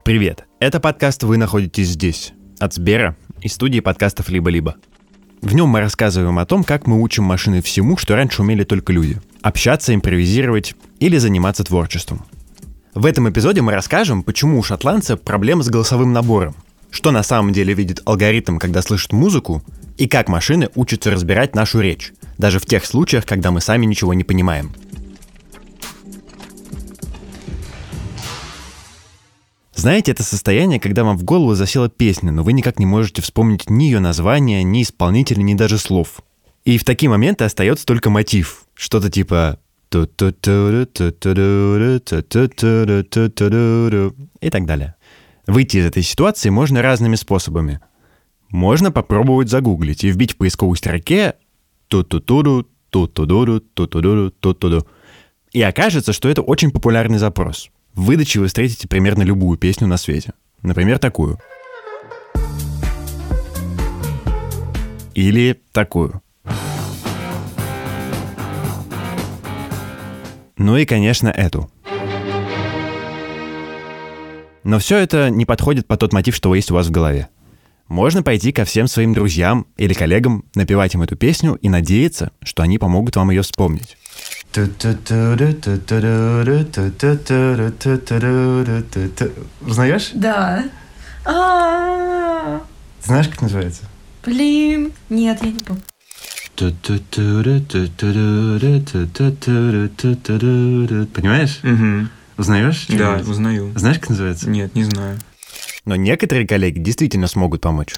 Привет, это подкаст «Вы находитесь здесь» от Сбера и студии подкастов «Либо-либо». В нем мы рассказываем о том, как мы учим машины всему, что раньше умели только люди. Общаться, импровизировать или заниматься творчеством. В этом эпизоде мы расскажем, почему у шотландца проблемы с голосовым набором, что на самом деле видит алгоритм, когда слышит музыку, и как машины учатся разбирать нашу речь, даже в тех случаях, когда мы сами ничего не понимаем. Знаете, это состояние, когда вам в голову засела песня, но вы никак не можете вспомнить ни ее название, ни исполнителя, ни даже слов. И в такие моменты остается только мотив. Что-то типа... и так далее. Выйти из этой ситуации можно разными способами. Можно попробовать загуглить и вбить в поисковой строке ту-ту-туру, ту-ту-дуру, ту-ту-дуру, ту-ту-ду. И окажется, что это очень популярный запрос. В выдаче вы встретите примерно любую песню на свете. Например, такую. Или такую. Ну и, конечно, эту. Но все это не подходит под тот мотив, что есть у вас в голове. Можно пойти ко всем своим друзьям или коллегам, напевать им эту песню и надеяться, что они помогут вам ее вспомнить. Узнаешь? Да. Знаешь, как называется? Блин. Нет, я не помню. Понимаешь? Угу. Узнаешь? Да, узнаю. Знаешь, как называется? Нет, не знаю. Но некоторые коллеги действительно смогут помочь.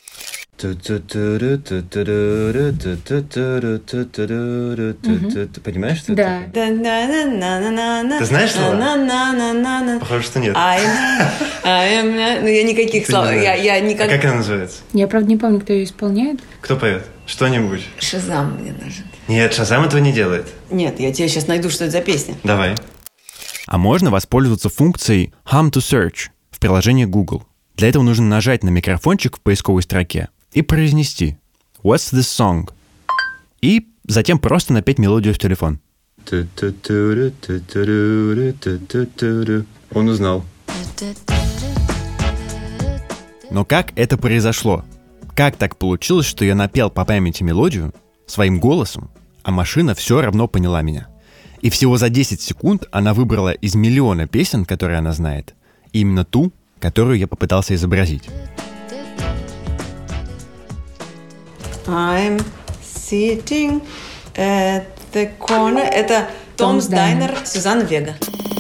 Понимаешь, что Да. это такое? Ты знаешь слова? Похоже, что нет. Ну, я никаких слов. Я А никак... как она называется? Я, правда, не помню, кто ее исполняет. Кто поет? Что-нибудь? Шазам мне нужен. Нет, Шазам этого не делает. Нет, я тебе сейчас найду, что это за песня. Давай. А можно воспользоваться функцией Hum to Search в приложении Google. Для этого нужно нажать на микрофончик в поисковой строке и произнести «What's this song?» и затем просто напеть мелодию в телефон. Он узнал. Но как это произошло? Как так получилось, что я напел по памяти мелодию своим голосом, а машина все равно поняла меня? И всего за 10 секунд она выбрала из миллиона песен, которые она знает, именно ту, которую я попытался изобразить. I'm sitting at the corner. Это Tom's Diner, Сюзанна Вега.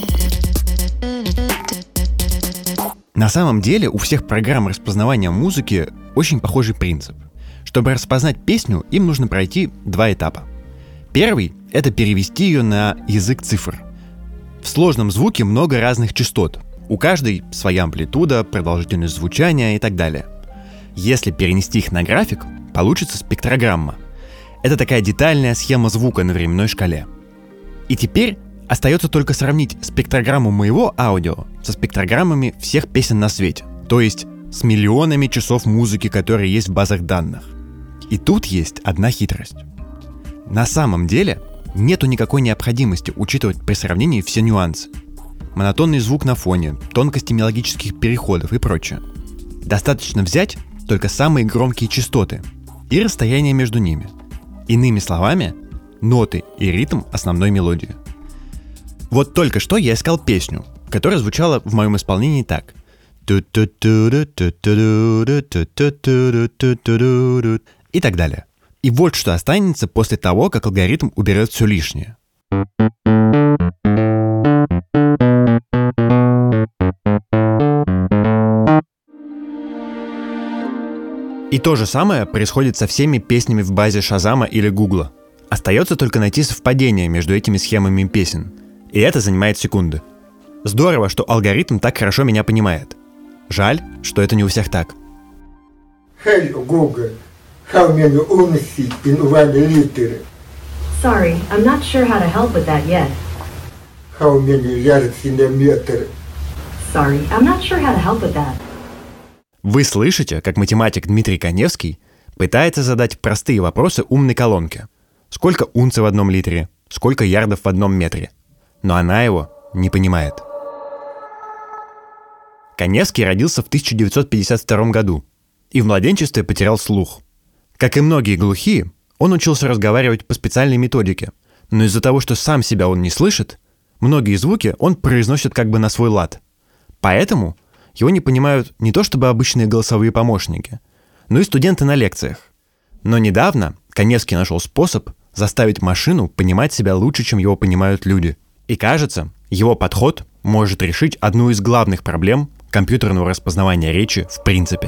На самом деле у всех программ распознавания музыки очень похожий принцип. Чтобы распознать песню, им нужно пройти два этапа. Первый — это перевести ее на язык цифр. В сложном звуке много разных частот. У каждой своя амплитуда, продолжительность звучания и так далее. Если перенести их на график, получится спектрограмма. Это такая детальная схема звука на временной шкале. И теперь остается только сравнить спектрограмму моего аудио со спектрограммами всех песен на свете. То есть с миллионами часов музыки, которые есть в базах данных. И тут есть одна хитрость. На самом деле нету никакой необходимости учитывать при сравнении все нюансы. Монотонный звук на фоне, тонкости мелодических переходов и прочее. Достаточно взять только самые громкие частоты и расстояние между ними. Иными словами, ноты и ритм основной мелодии. Вот только что я искал песню, которая звучала в моем исполнении так. И так далее. И вот что останется после того, как алгоритм уберет все лишнее. И то же самое происходит со всеми песнями в базе Шазама или Гугла. Остается только найти совпадение между этими схемами песен. И это занимает секунды. Здорово, что алгоритм так хорошо меня понимает. Жаль, что это не у всех так. Hello, Google. How many units in 1 liter? Sorry, I'm not sure how to help with that yet. How many yards in a meter? Sorry, I'm not sure how to help with that. Вы слышите, как математик Дмитрий Коневский пытается задать простые вопросы умной колонке. Сколько унций в 1 литре? Сколько ярдов в 1 метре? Но она его не понимает. Каневский родился в 1952 году и в младенчестве потерял слух. Как и многие глухие, он учился разговаривать по специальной методике, но из-за того, что сам себя он не слышит, многие звуки он произносит как бы на свой лад. Поэтому его не понимают не то чтобы обычные голосовые помощники, но и студенты на лекциях. Но недавно Каневский нашел способ заставить машину понимать себя лучше, чем его понимают люди. И кажется, его подход может решить одну из главных проблем компьютерного распознавания речи в принципе.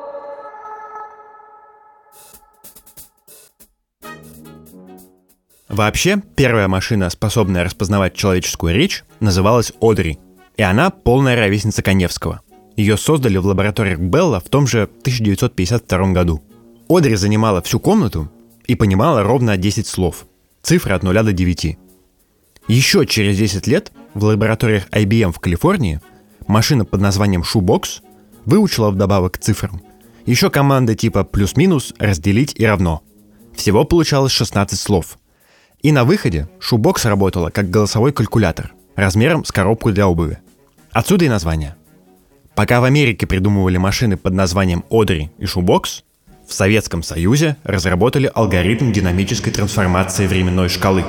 Вообще, первая машина, способная распознавать человеческую речь, называлась Одри, и она полная ровесница Каневского. Ее создали в лабораториях Белла в том же 1952 году. Одри занимала всю комнату и понимала ровно 10 слов, цифры от 0 до 9. Еще через 10 лет в лабораториях IBM в Калифорнии машина под названием Shoebox выучила вдобавок к цифрам еще команды типа плюс-минус, разделить и равно. Всего получалось 16 слов. И на выходе Shoebox работала как голосовой калькулятор размером с коробку для обуви. Отсюда и название. Пока в Америке придумывали машины под названием Одри и Shoebox, в Советском Союзе разработали алгоритм динамической трансформации временной шкалы.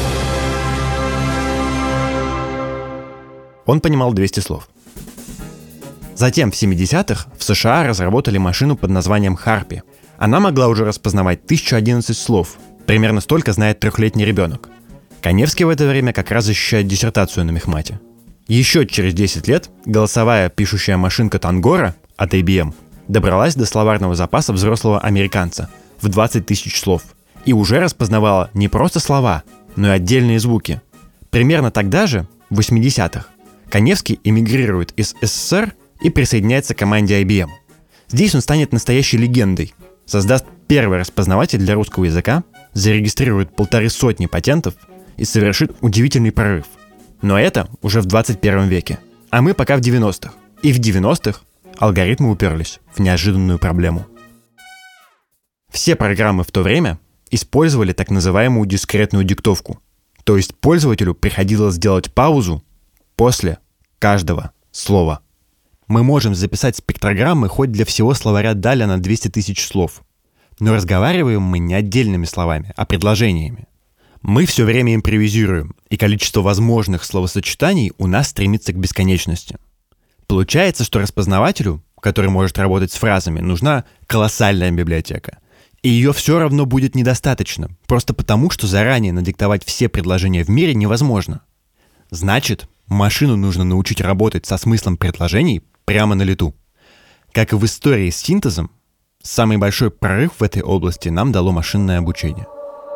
Он понимал 200 слов. Затем в 70-х в США разработали машину под названием Harpy. Она могла уже распознавать 1011 слов. Примерно столько знает 3-летний ребенок. Каневский в это время как раз защищает диссертацию на мехмате. Еще через 10 лет голосовая пишущая машинка Tangora от IBM добралась до словарного запаса взрослого американца в 20 тысяч слов и уже распознавала не просто слова, но и отдельные звуки. Примерно тогда же, в 80-х, Каневский эмигрирует из СССР и присоединяется к команде IBM. Здесь он станет настоящей легендой, создаст первый распознаватель для русского языка, зарегистрирует 150 патентов и совершит удивительный прорыв. Но это уже в 21 веке. А мы пока в 90-х. И в 90-х алгоритмы уперлись в неожиданную проблему. Все программы в то время использовали так называемую дискретную диктовку. То есть пользователю приходилось сделать паузу после каждого слова. Мы можем записать спектрограммы хоть для всего словаря Даля на 200 тысяч слов. Но разговариваем мы не отдельными словами, а предложениями. Мы все время импровизируем, и количество возможных словосочетаний у нас стремится к бесконечности. Получается, что распознавателю, который может работать с фразами, нужна колоссальная библиотека. И ее все равно будет недостаточно, просто потому, что заранее надиктовать все предложения в мире невозможно. Значит, машину нужно научить работать со смыслом предложений прямо на лету. Как и в истории с синтезом, самый большой прорыв в этой области нам дало машинное обучение.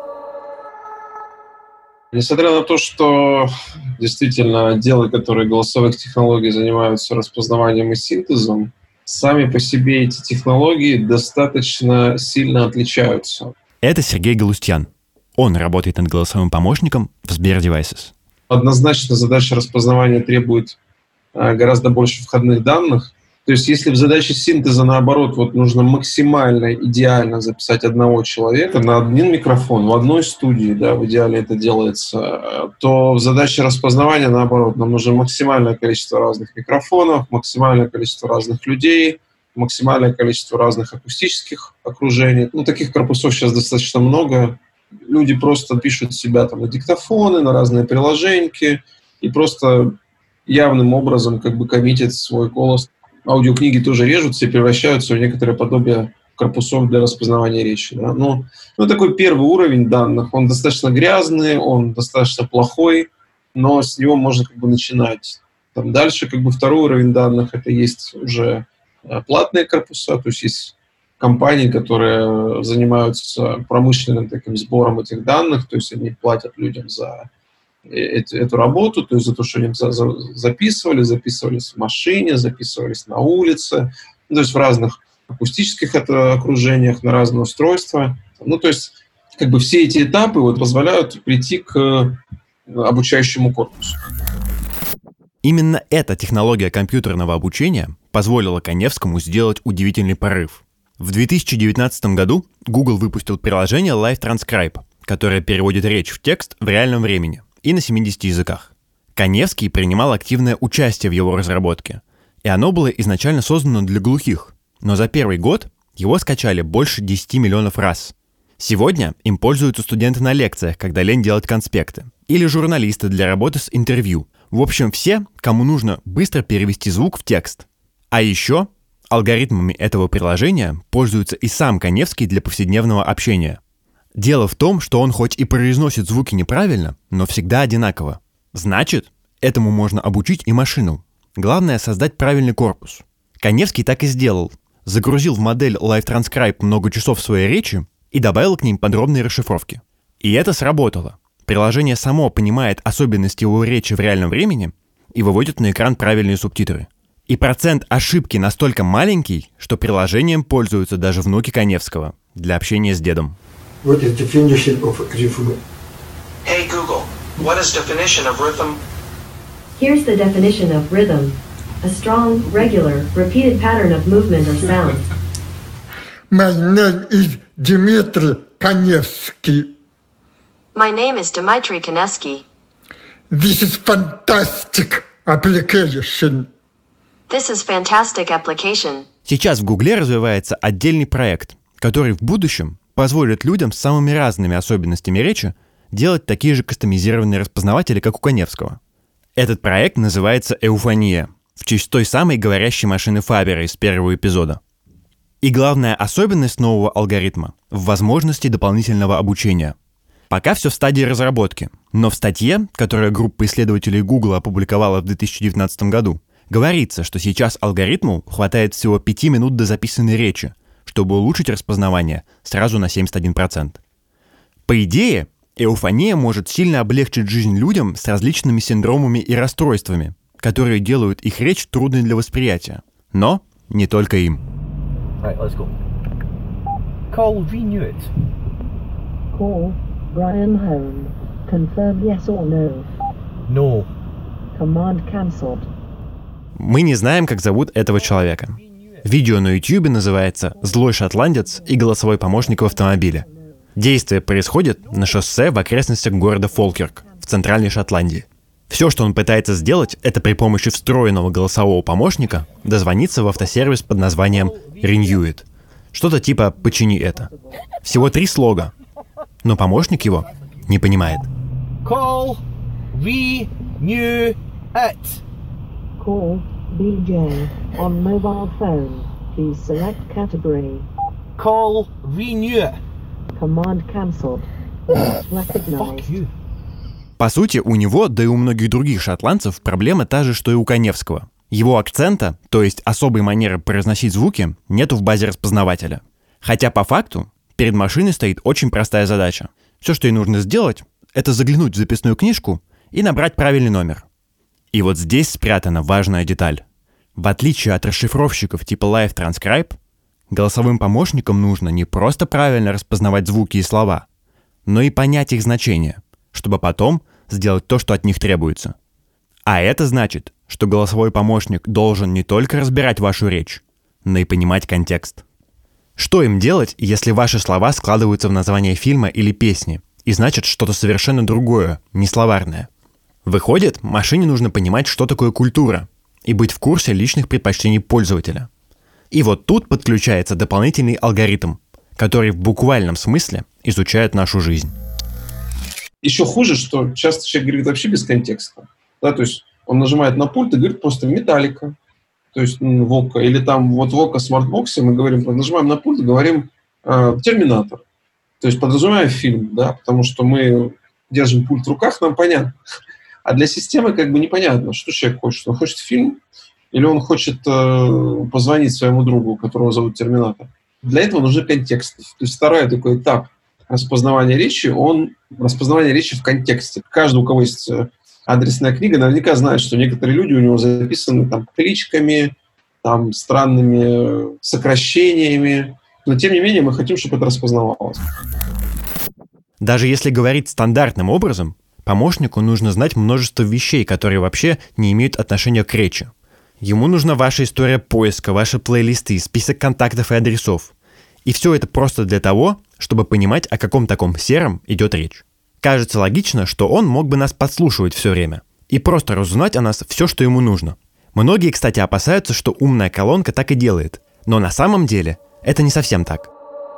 Несмотря на то, что действительно отделы, которые голосовых технологий занимаются распознаванием и синтезом, сами по себе эти технологии достаточно сильно отличаются. Это Сергей Галустьян. Он работает над голосовым помощником в Сбер Devices. Однозначно задача распознавания требует гораздо больше входных данных. То есть если в задаче синтеза, наоборот, нужно максимально идеально записать одного человека на один микрофон в одной студии, да, в идеале это делается, то в задаче распознавания, наоборот, нам нужно максимальное количество разных микрофонов, максимальное количество разных людей, максимальное количество разных акустических окружений. Таких корпусов сейчас достаточно много. Люди просто пишут себя на диктофоны, на разные приложеньки и просто явным образом коммитят свой голос. Аудиокниги тоже режутся и превращаются в некоторое подобие корпусов для распознавания речи. Да? Такой первый уровень данных, он достаточно грязный, он достаточно плохой, но с него можно начинать. Дальше второй уровень данных, это есть уже платные корпуса, то есть есть компании, которые занимаются промышленным таким сбором этих данных, то есть они платят людям за эту работу, то есть за то, что они записывались в машине, записывались на улице, то есть в разных акустических окружениях, на разные устройства. То есть все эти этапы позволяют прийти к обучающему корпусу. Именно эта технология компьютерного обучения позволила Каневскому сделать удивительный прорыв. В 2019 году Google выпустил приложение Live Transcribe, которое переводит речь в текст в реальном времени и на 70 языках. Каневский принимал активное участие в его разработке И оно было изначально создано для глухих, но за первый год его скачали больше 10 миллионов раз. Сегодня им пользуются студенты на лекциях, когда лень делать конспекты, или журналисты для работы с интервью. В общем, все, кому нужно быстро перевести звук в текст. А еще алгоритмами этого приложения пользуется и сам Каневский для повседневного общения. Дело в том, что он хоть и произносит звуки неправильно, но всегда одинаково. Значит, этому можно обучить и машину. Главное — создать правильный корпус. Каневский так и сделал. Загрузил в модель Live Transcribe много часов своей речи и добавил к ним подробные расшифровки. И это сработало. Приложение само понимает особенности его речи в реальном времени и выводит на экран правильные субтитры. И процент ошибки настолько маленький, что приложением пользуются даже внуки Каневского для общения с дедом. What is definition of rhythm? Hey Google, what is definition of rhythm? Here's the definition of rhythm. A strong, regular, repeated pattern of movement or sound. My name is Dmitry Kanevsky. My name is Dmitry Koneski. This is fantastic application. This is fantastic application. Сейчас в Гугле развивается отдельный проект, который в будущем позволит людям с самыми разными особенностями речи делать такие же кастомизированные распознаватели, как у Каневского. Этот проект называется «Эуфония», в честь той самой говорящей машины Фабера из первого эпизода. И главная особенность нового алгоритма в возможности дополнительного обучения. Пока все в стадии разработки, но в статье, которую группа исследователей Google опубликовала в 2019 году, говорится, что сейчас алгоритму хватает всего 5 минут до записанной речи, чтобы улучшить распознавание сразу на 71%. По идее, эуфония может сильно облегчить жизнь людям с различными синдромами и расстройствами, которые делают их речь трудной для восприятия. Но не только им. Right, let's go. Call renew it. Call Brian Home. Confirm yes or no. No. Command cancelled. Мы не знаем, как зовут этого человека. Видео на YouTube называется «Злой шотландец и голосовой помощник в автомобиле». Действие происходит на шоссе в окрестностях города Фолкерк в Центральной Шотландии. Все, что он пытается сделать, это при помощи встроенного голосового помощника дозвониться в автосервис под названием Renew It. Что-то типа «почини это». Всего 3 слога, но помощник его не понимает. Call renew it. Call BJ on mobile phone. Please select category. Call renew it. Command cancelled. Recognized. По сути, у него, да и у многих других шотландцев, проблема та же, что и у Каневского. Его акцента, то есть особой манеры произносить звуки, нету в базе распознавателя. Хотя по факту перед машиной стоит очень простая задача. Все, что ей нужно сделать, это заглянуть в записную книжку и набрать правильный номер. И вот здесь спрятана важная деталь. В отличие от расшифровщиков типа Live Transcribe, голосовым помощникам нужно не просто правильно распознавать звуки и слова, но и понять их значение, чтобы потом сделать то, что от них требуется. А это значит, что голосовой помощник должен не только разбирать вашу речь, но и понимать контекст. Что им делать, если ваши слова складываются в название фильма или песни и значат что-то совершенно другое, не словарное? Выходит, машине нужно понимать, что такое культура, и быть в курсе личных предпочтений пользователя. И вот тут подключается дополнительный алгоритм, который в буквальном смысле изучает нашу жизнь. Еще хуже, что часто человек говорит вообще без контекста. Да, то есть он нажимает на пульт и говорит просто «Металлика», то есть «Вока». Или там вот «Вока» в смартбоксе мы говорим, нажимаем на пульт и говорим «Терминатор». То есть подразумеваем фильм, да, потому что мы держим пульт в руках, нам понятно. А для системы как бы непонятно, что человек хочет. Он хочет фильм или он хочет позвонить своему другу, которого зовут Терминатор. Для этого нужны контексты. То есть второй такой этап распознавания речи, распознавание речи в контексте. Каждый, у кого есть адресная книга, наверняка знает, что некоторые люди у него записаны там кличками, там странными сокращениями. Но тем не менее мы хотим, чтобы это распознавалось. Даже если говорить стандартным образом, помощнику нужно знать множество вещей, которые вообще не имеют отношения к речи. Ему нужна ваша история поиска, ваши плейлисты, список контактов и адресов. И все это просто для того, чтобы понимать, о каком таком сером идет речь. Кажется логично, что он мог бы нас подслушивать все время и просто разузнать о нас все, что ему нужно. Многие, кстати, опасаются, что умная колонка так и делает, но на самом деле это не совсем так.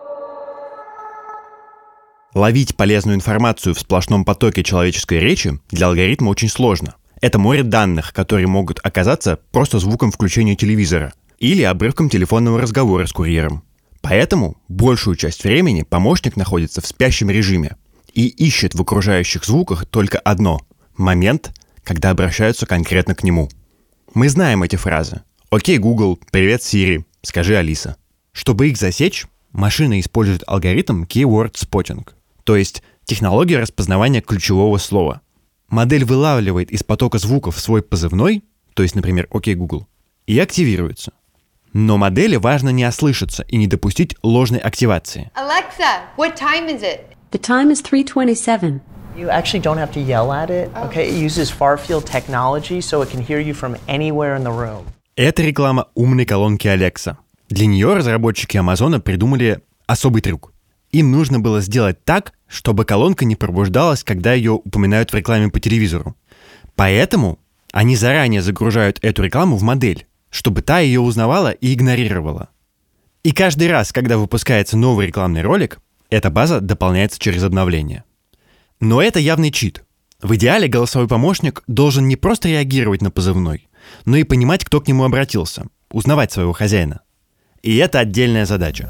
Ловить полезную информацию в сплошном потоке человеческой речи для алгоритма очень сложно. Это море данных, которые могут оказаться просто звуком включения телевизора или обрывком телефонного разговора с курьером. Поэтому большую часть времени помощник находится в спящем режиме и ищет в окружающих звуках только одно – момент, когда обращаются конкретно к нему. Мы знаем эти фразы. «Окей, Google», «Привет, Siri», «Скажи, Алиса». Чтобы их засечь, машина использует алгоритм Keyword Spotting, то есть технология распознавания ключевого слова. Модель вылавливает из потока звуков свой позывной, то есть, например, «Окей, Google», и активируется. Но модели важно не ослышаться и не допустить ложной активации. Alexa, what time is it? The time is 3:27. You actually don't have to yell at it, okay? It uses far-field technology, so it can hear you from anywhere in the room. Это реклама умной колонки Alexa. Для нее разработчики Амазона придумали особый трюк. Им нужно было сделать так, чтобы колонка не пробуждалась, когда ее упоминают в рекламе по телевизору. Поэтому они заранее загружают эту рекламу в модель, чтобы та ее узнавала и игнорировала. И каждый раз, когда выпускается новый рекламный ролик, эта база дополняется через обновление. Но это явный чит. В идеале голосовой помощник должен не просто реагировать на позывной, но и понимать, кто к нему обратился, узнавать своего хозяина. И это отдельная задача.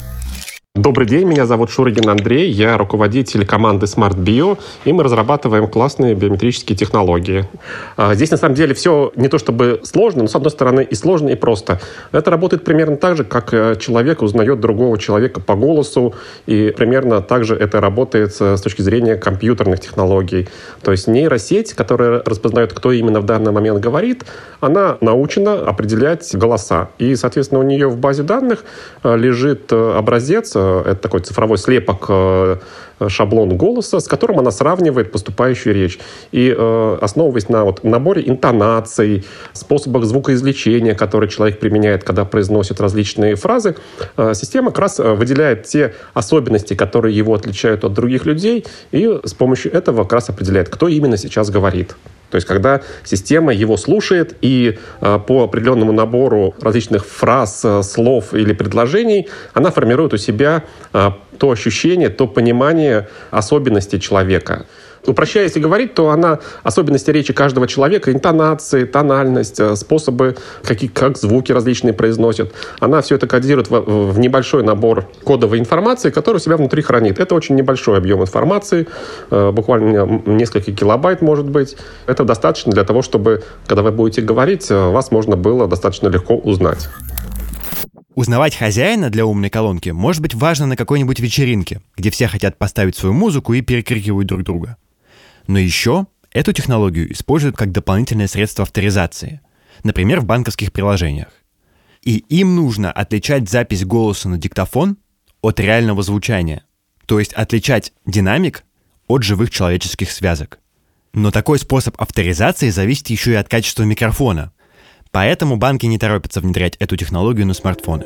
Добрый день, меня зовут Шурыгин Андрей, я руководитель команды Smart Bio, и мы разрабатываем классные биометрические технологии. Здесь на самом деле все не то чтобы сложно, но с одной стороны и сложно, и просто. Это работает примерно так же, как человек узнает другого человека по голосу, и примерно так же это работает с точки зрения компьютерных технологий. То есть нейросеть, которая распознает, кто именно в данный момент говорит, она научена определять голоса. И, соответственно, у нее в базе данных лежит образец, это такой цифровой слепок, шаблон голоса, с которым она сравнивает поступающую речь. И основываясь на наборе интонаций, способах звукоизвлечения, которые человек применяет, когда произносит различные фразы, система как раз выделяет те особенности, которые его отличают от других людей, и с помощью этого как раз определяет, кто именно сейчас говорит. То есть, когда система его слушает и по определенному набору различных фраз, слов или предложений, она формирует у себя то ощущение, то понимание особенностей человека. Упрощая, если говорить, то она особенности речи каждого человека, интонации, тональность, способы, как звуки различные произносят, она все это кодирует в небольшой набор кодовой информации, которую у себя внутри хранит. Это очень небольшой объем информации, буквально несколько килобайт, может быть. Это достаточно для того, чтобы, когда вы будете говорить, вас можно было достаточно легко узнать. Узнавать хозяина для умной колонки может быть важно на какой-нибудь вечеринке, где все хотят поставить свою музыку и перекрикивают друг друга. Но еще эту технологию используют как дополнительное средство авторизации, например, в банковских приложениях. И им нужно отличать запись голоса на диктофон от реального звучания, то есть отличать динамик от живых человеческих связок. Но такой способ авторизации зависит еще и от качества микрофона, поэтому банки не торопятся внедрять эту технологию на смартфоны.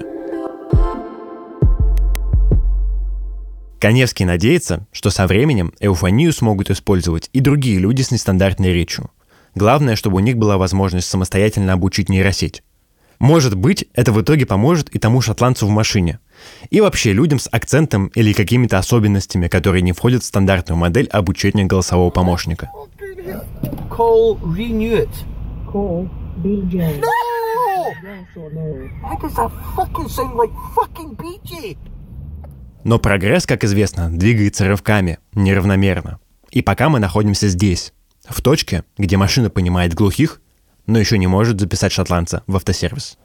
Каневский надеется, что со временем эуфонию смогут использовать и другие люди с нестандартной речью. Главное, чтобы у них была возможность самостоятельно обучить нейросеть. Может быть, это в итоге поможет и тому шотландцу в машине. И вообще людям с акцентом или какими-то особенностями, которые не входят в стандартную модель обучения голосового помощника. Call renewed. Call BJ. No! Yes or no? Why does that fucking sound like fucking BJ? Но прогресс, как известно, двигается рывками, неравномерно. И пока мы находимся здесь, в точке, где машина понимает глухих, но еще не может записать шотландца в автосервис.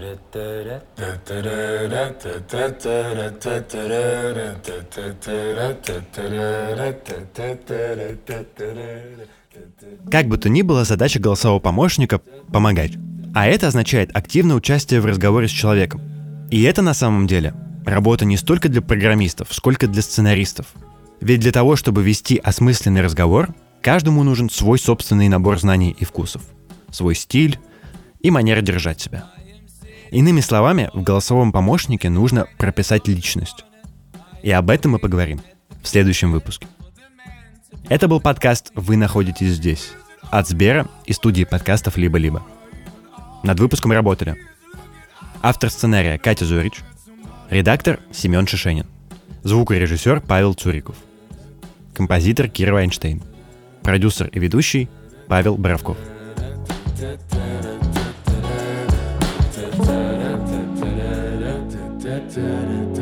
Как бы то ни было, задача голосового помощника — помогать. А это означает активное участие в разговоре с человеком. И это на самом деле работа не столько для программистов, сколько для сценаристов. Ведь для того, чтобы вести осмысленный разговор, каждому нужен свой собственный набор знаний и вкусов, свой стиль и манера держать себя. Иными словами, в голосовом помощнике нужно прописать личность. И об этом мы поговорим в следующем выпуске. Это был подкаст «Вы находитесь здесь» от Сбера и студии подкастов «Либо-либо». Над выпуском работали автор сценария Катя Зорич, редактор Семен Шишенин, звукорежиссер Павел Цуриков, композитор Кира Вайнштейн, продюсер и ведущий Павел Боровков. Da da